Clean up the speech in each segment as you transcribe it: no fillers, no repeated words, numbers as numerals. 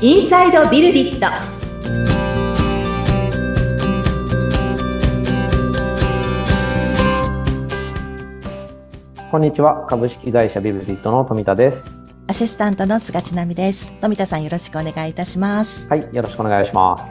インサイドビルディット。 こんにちは。株式会社ビルディットの富田です。 アシスタントの菅千奈美です。富田さん、よろしくお願いいたします。 はい、よろしくお願いします。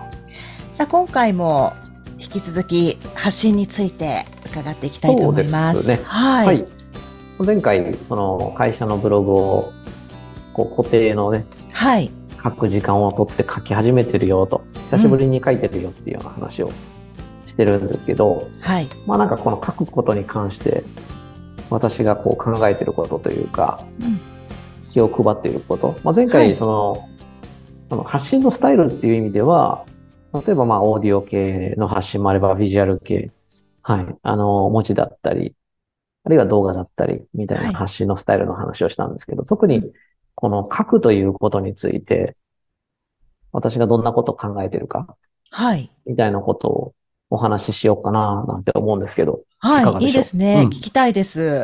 さあ、今回も引き続き発信について伺っていきたいと思います。 そうですね。 はい。 はい。前回、その会社のブログを固定のね、 はい。 書く時間を取って書き始めてるよと、久しぶりに書いてるよっていうような話をしてるんですけど、 はい。 まあなんかこの書くことに関して、私が考えていることというか、気を配っていること。まあ、前回その発信のスタイルっていう意味では、例えばオーディオ系の発信もあればビジュアル系、はい、文字だったり、あるいは動画だったりみたいな発信のスタイルの話をしたんですけど、特にこの書くということについて、私がどんなことを考えているか、 はい。 みたいなことをお話ししようかななんて思うんですけど、 はい。 いかがでしょう？ いいですね。聞きたいです。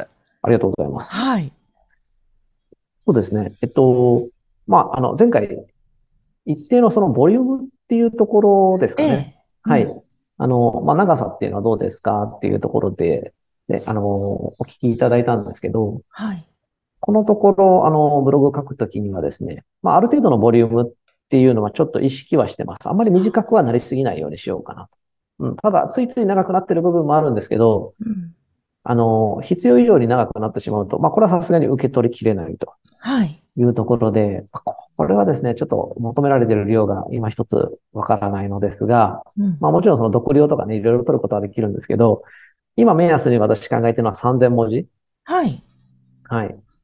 ありがとうございます。 はい。 そうですね。前回、一定のそのボリュームっていうところですかね。はい。長さっていうのはどうですかっていうところで、お聞きいただいたんですけど、 はい。 このところ、ブログを書くときにはですね、ある程度のボリュームっていうのはちょっと意識はしてます。あんまり短くはなりすぎないようにしようかなと。ただ、ついつい長くなってる部分もあるんですけど、必要以上に長くなってしまうと、これはさすがに受け取りきれないと。 はい。 いうところで、これはですね、ちょっと求められている量が今一つわからないのですが、もちろんその読量とかね、いろいろ取ることはできるんですけど、今目安に私考えているのは3000文字。 はい。 はい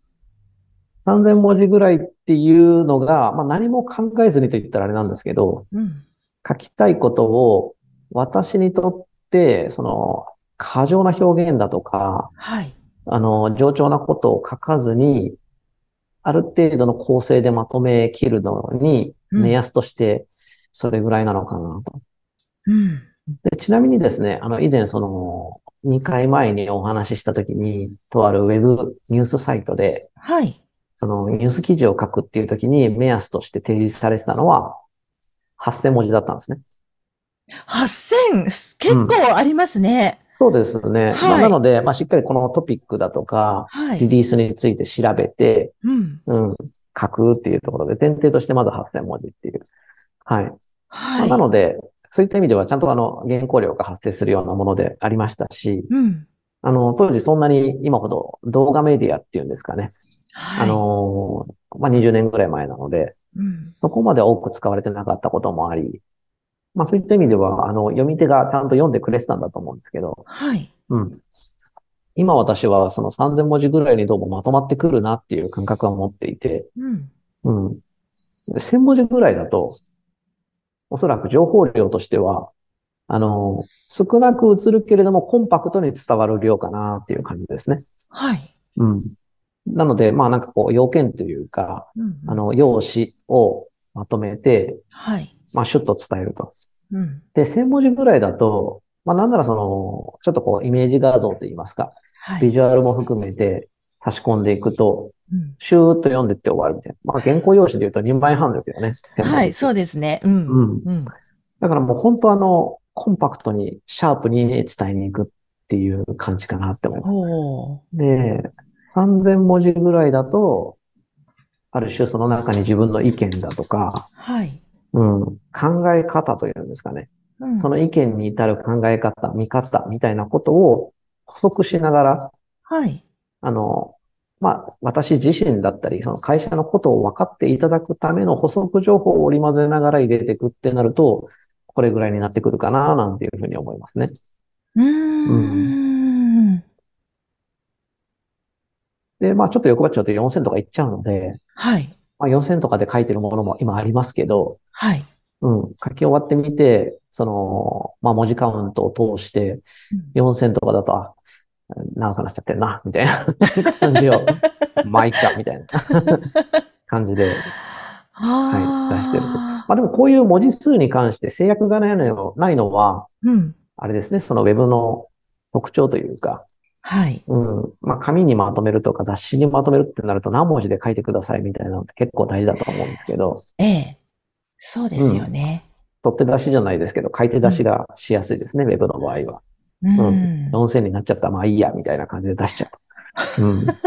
。3000文字ぐらいっていうのが、何も考えずにと言ったらあれなんですけど、書きたいことを私にとって、その、過剰な表現だとか、 はい。 冗長なことを書かずに、ある程度の構成でまとめきるのに、目安としてそれぐらいなのかなと。で、ちなみにですね、以前2回前にお話ししたときに、とあるウェブニュースサイトで、 はい。 そのニュース記事を書くっていうときに目安として提示されてたのは8000文字だったんですね。 8000、結構ありますね。 そうですね。 はい。 なので、しっかりこのトピックだとか、リリースについて調べて、書くっていうところで、前提としてまず8000文字っていう。はい。なので、そういった意味ではちゃんと原稿料が発生するようなものでありましたし、当時そんなに今ほど動画メディアっていうんですかね。20年ぐらい前なので、そこまで多く使われてなかったこともあり、そういった意味では、読み手がちゃんと読んでくれてたんだと思うんですけど、 はい。 今私はその3000文字ぐらいにどうもまとまってくるなっていう感覚は持っていて、1000文字ぐらいだと、おそらく情報量としては、少なく映るけれどもコンパクトに伝わる量かなっていう感じですね。 はい。 なので、要件というか、要旨をまとめて、 はい。 シュッと伝えると。で、1000文字ぐらいだと、なんならちょっとイメージ画像といいますか、ビジュアルも含めて差し込んでいくと、シューッと読んでって終わるみたいな。原稿用紙で言うと2枚半ですよね。 はい、そうですね。 だからもう本当コンパクトに、シャープに伝えに行くっていう感じかなって思います。で、3000文字ぐらいだと、ある種その中に自分の意見だとか、考え方というんですかね。その意見に至る考え方、見方みたいなことを補足しながら、私自身だったり、その会社のことを分かっていただくための補足情報を織り交ぜながら入れていくってなると、これぐらいになってくるかな、なんていうふうに思いますね。で、ちょっと欲張っちゃうと4000とかいっちゃうので、4000とかで書いてるものも今ありますけど、書き終わってみて、文字カウントを通して、4000とかだと、長くなっちゃってるな、みたいな感じを、いっか、みたいな感じで、出してると。でもこういう文字数に関して制約がないのは、あれですね、そのウェブの特徴というか、紙にまとめるとか雑誌にまとめるってなると何文字で書いてくださいみたいなのって結構大事だと思うんですけど、 そうですよね。 取って出しじゃないですけど、書いて出しがしやすいですね、ウェブの場合は。4000になっちゃったらまあいいや、みたいな感じで出しちゃう。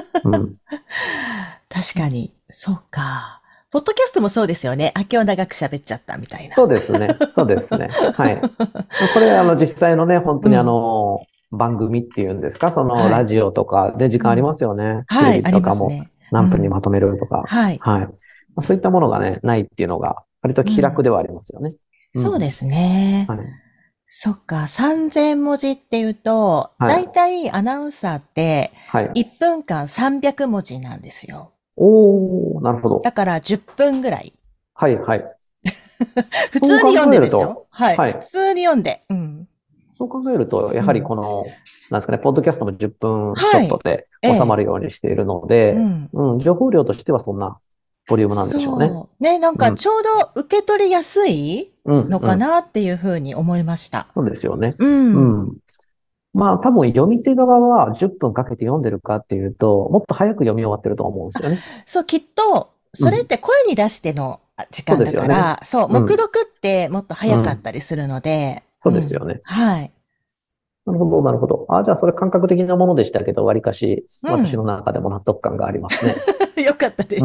確かに、そうか。ポッドキャストもそうですよね。今日長く喋っちゃったみたいな。 そうですね。そうですね。はい。これ、実際のね、本当に番組っていうんですか、ラジオとかで時間ありますよね。テレビとかも何分にまとめるとか。はい。そういったものがね、ないっていうのが、割と気楽ではありますよね。 そうですね。はい。そっか、3000文字っていうと、だいたいアナウンサーって、1分間300文字なんですよ。 おー、なるほど。 だから10分ぐらい。 はい。 普通に読んでですよ。はい。普通に読んで。 そう考えると、やはりなんですかね、ポッドキャストも10分ちょっとで収まるようにしているので、情報量としてはそんなボリュームなんでしょうね。 ね、なんかちょうど受け取りやすいのかなっていうふうに思いました。 そうですよね。まあ多分読み手側は10分かけて読んでるかっていうと、もっと早く読み終わってると思うんですよね。 そう、きっと、それって声に出しての時間だから、そう、目読ってもっと早かったりするので。 そうですよね。 はい。 なるほど、なるほど。じゃあそれ感覚的なものでしたけど、わりかし、私の中でも納得感がありますね。 よかったです。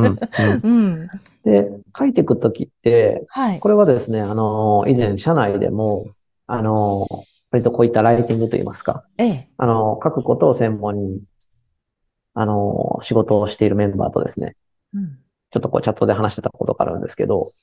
で、書いていくときって、これはですね、以前社内でも、割とこういったライティングといいますか、書くことを専門に、仕事をしているメンバーとですね、ちょっとこうチャットで話してたことがあるんですけど、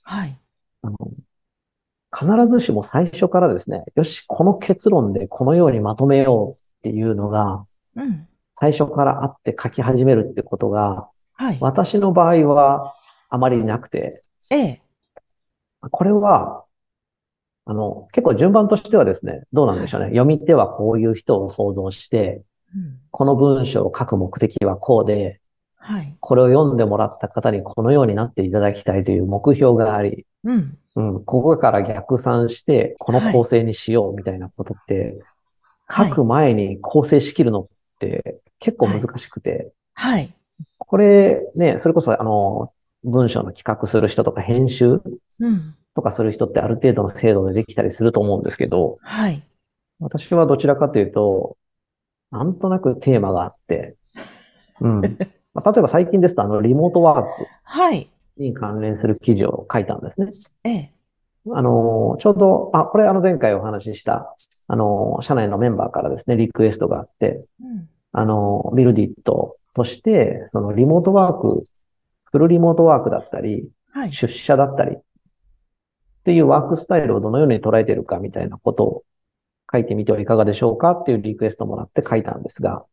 必ずしも最初からですね、よし、この結論でこのようにまとめようっていうのが、最初からあって書き始めるってことが、私の場合はあまりなくて、これは、結構順番としてはですね、どうなんでしょうね。読み手はこういう人を想像して、この文章を書く目的はこうで、これを読んでもらった方にこのようになっていただきたいという目標があり、ここから逆算して、この構成にしようみたいなことって、書く前に構成しきるのって結構難しくて、これね、それこそ文章の企画する人とか編集とかする人ってある程度の精度でできたりすると思うんですけど、私はどちらかというと、なんとなくテーマがあって、例えば最近ですとリモートワークに関連する記事を書いたんですね。ちょうど、これ前回お話しした、社内のメンバーからですね、リクエストがあって、ビルディットとして、リモートワーク、フルリモートワークだったり、出社だったり、っていうワークスタイルをどのように捉えているかみたいなことを書いてみてはいかがでしょうかっていうリクエストをもらって書いたんですが、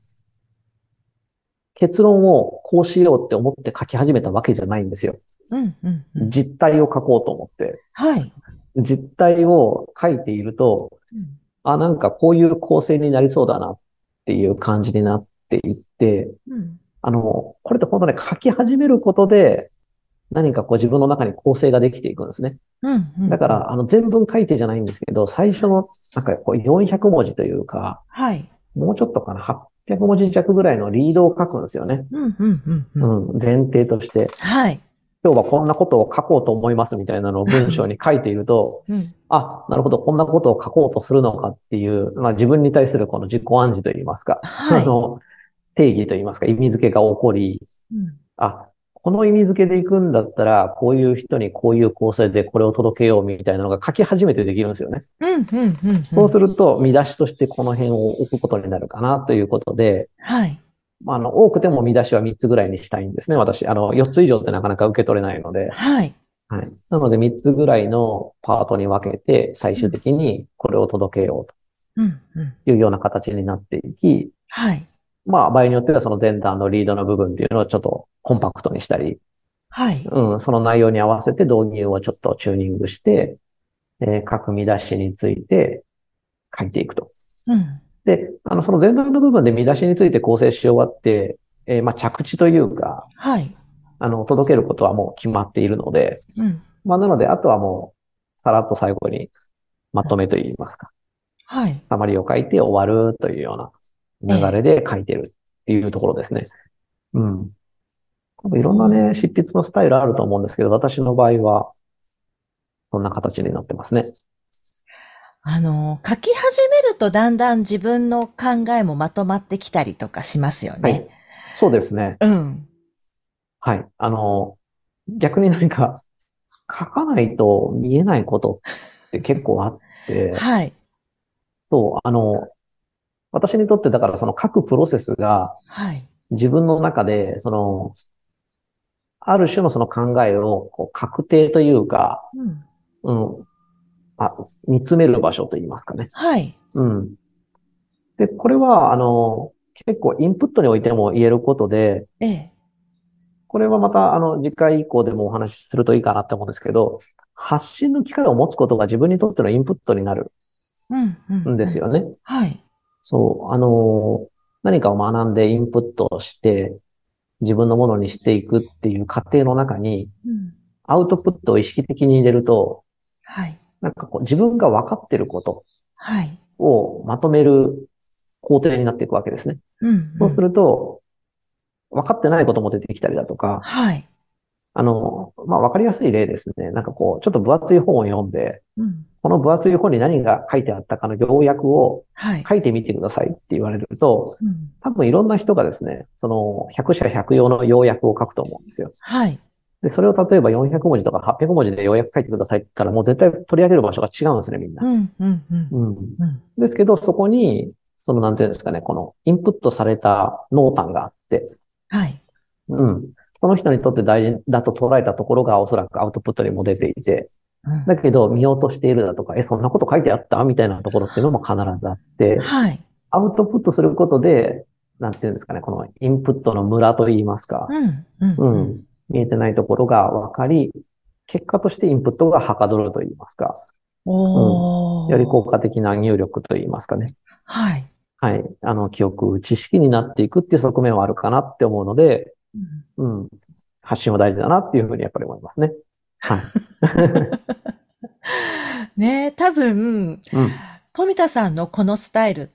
結論をこうしようって思って書き始めたわけじゃないんですよ。実態を書こうと思って。実態を書いていると、なんかこういう構成になりそうだなっていう感じになっていって、これって本当ね、書き始めることで、何かこう自分の中に構成ができていくんですね。だから、全文書いてじゃないんですけど、最初の、なんかこう400文字というか、もうちょっとかな、800文字弱ぐらいのリードを書くんですよね。前提として。今日はこんなことを書こうと思いますみたいなのを文章に書いていると、なるほど、こんなことを書こうとするのかっていう、自分に対するこの自己暗示といいますか、定義といいますか、意味付けが起こり、この意味付けで行くんだったら、こういう人にこういう構成でこれを届けようみたいなのが書き始めてできるんですよね。そうすると、見出しとしてこの辺を置くことになるかなということで、多くても見出しは3つぐらいにしたいんですね、私。4つ以上ってなかなか受け取れないので。なので3つぐらいのパートに分けて、最終的にこれを届けようというような形になっていき、場合によってはその前段のリードの部分っていうのをちょっとコンパクトにしたり、その内容に合わせて導入をちょっとチューニングして、各見出しについて書いていくと。で、その前段の部分で見出しについて構成し終わって、着地というか、届けることはもう決まっているので、なので、あとはもう、さらっと最後にまとめといいますか。サマリーを書いて終わるというような流れで書いてるっていうところですね。いろんなね、執筆のスタイルあると思うんですけど、私の場合は、 そんな形になってますね。 書き始めるとだんだん自分の考えもまとまってきたりとかしますよね。 はい。そうですね。 うん。 はい。逆に何か書かないと見えないことって結構あって、 はい。 そう、私にとってだからその書くプロセスが、 はい。 自分の中で、ある種のその考えをこう確定というか、うん、見つめる場所といいますかね。 はい。 うん。で、これは、結構インプットにおいても言えることで、 ええ。 これはまた、次回以降でもお話しするといいかなって思うんですけど、発信の機会を持つことが自分にとってのインプットになるんですよね。 はい。 そう、何かを学んでインプットをして、自分のものにしていくっていう過程の中に、アウトプットを意識的に入れると、 はい。 なんかこう自分が分かってることはい。 をまとめる工程になっていくわけですね。そうすると、分かってないことも出てきたりだとか、 はい。 分かりやすい例ですね。なんかこう、ちょっと分厚い本を読んで、この分厚い本に何が書いてあったかの要約を書いてみてくださいって言われると、多分いろんな人がですね、その100社100用の要約を書くと思うんですよ。 はい。 で、それを例えば400文字とか800文字で要約書いてくださいって言ったらもう絶対取り上げる場所が違うんですね、みんな。ですけど、そこに、なんていうんですかね、このインプットされた濃淡があって、 はい。 その人にとって大事だと捉えたところがおそらくアウトプットにも出ていて、だけど見落としているだとか、そんなこと書いてあったみたいなところっていうのも必ずあって、 はい。 アウトプットすることで、なんていうんですかね、このインプットのムラといいますか、見えてないところが分かり、結果としてインプットがはかどるといいますか、より効果的な入力といいますかね。 はい。 はい。記憶、知識になっていくっていう側面はあるかなって思うので、発信は大事だなっていうふうにやっぱり思いますね。はい。 ね、多分、富田さんのこのスタイルって、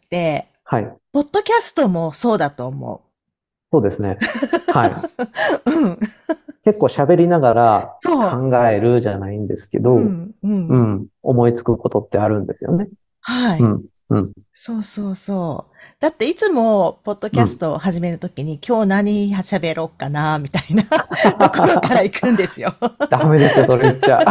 はい。 ポッドキャストもそうだと思う。 そうですね。はい。結構喋りながら考えるじゃないんですけど、思いつくことってあるんですよね。 はい。そうそうそう。だっていつも、ポッドキャストを始めるときに、今日何喋ろうかな、みたいなところから行くんですよ。 ダメですよ、それ言っちゃ。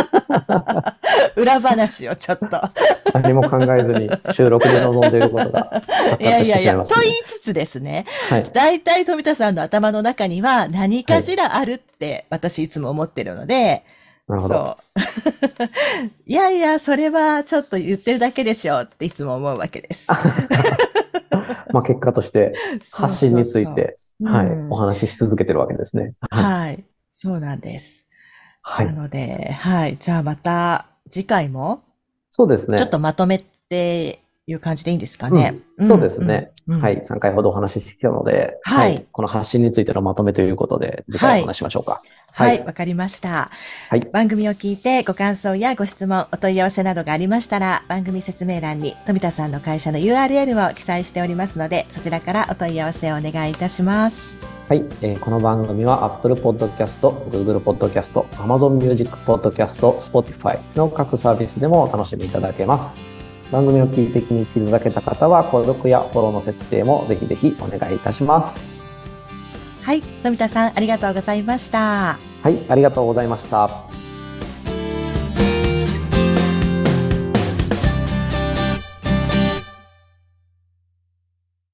裏話をちょっと。 何も考えずに収録で臨んでいることが発覚してしまいます、ね。 いや、と言いつつですね。はい。大体富田さんの頭の中には何かしらあるって私いつも思ってるので、 なるほど。 いやいや、それはちょっと言ってるだけでしょっていつも思うわけです。 まあ結果として発信について、はい、お話しし続けてるわけですね。 はい。そうなんです。はい。なので、はい。じゃあまた次回も、 そうですね。 ちょっとまとめていう感じでいいんですかね。 そうですね。はい。3回ほどお話ししてきたので、はい。この発信についてのまとめということで、次回お話しましょうか。 はい、わかりました。はい。番組を聞いてご感想やご質問、お問い合わせなどがありましたら、番組説明欄に富田さんの会社の URL を記載しておりますので、そちらからお問い合わせをお願いいたします。 はい。この番組は Apple Podcast、Google Podcast、Amazon Music Podcast、Spotify の各サービスでもお楽しみいただけます。番組を聞いて気に入っていただけた方は、購読やフォローの設定もぜひぜひお願いいたします。 はい。富田さん、ありがとうございました。 はい、ありがとうございました。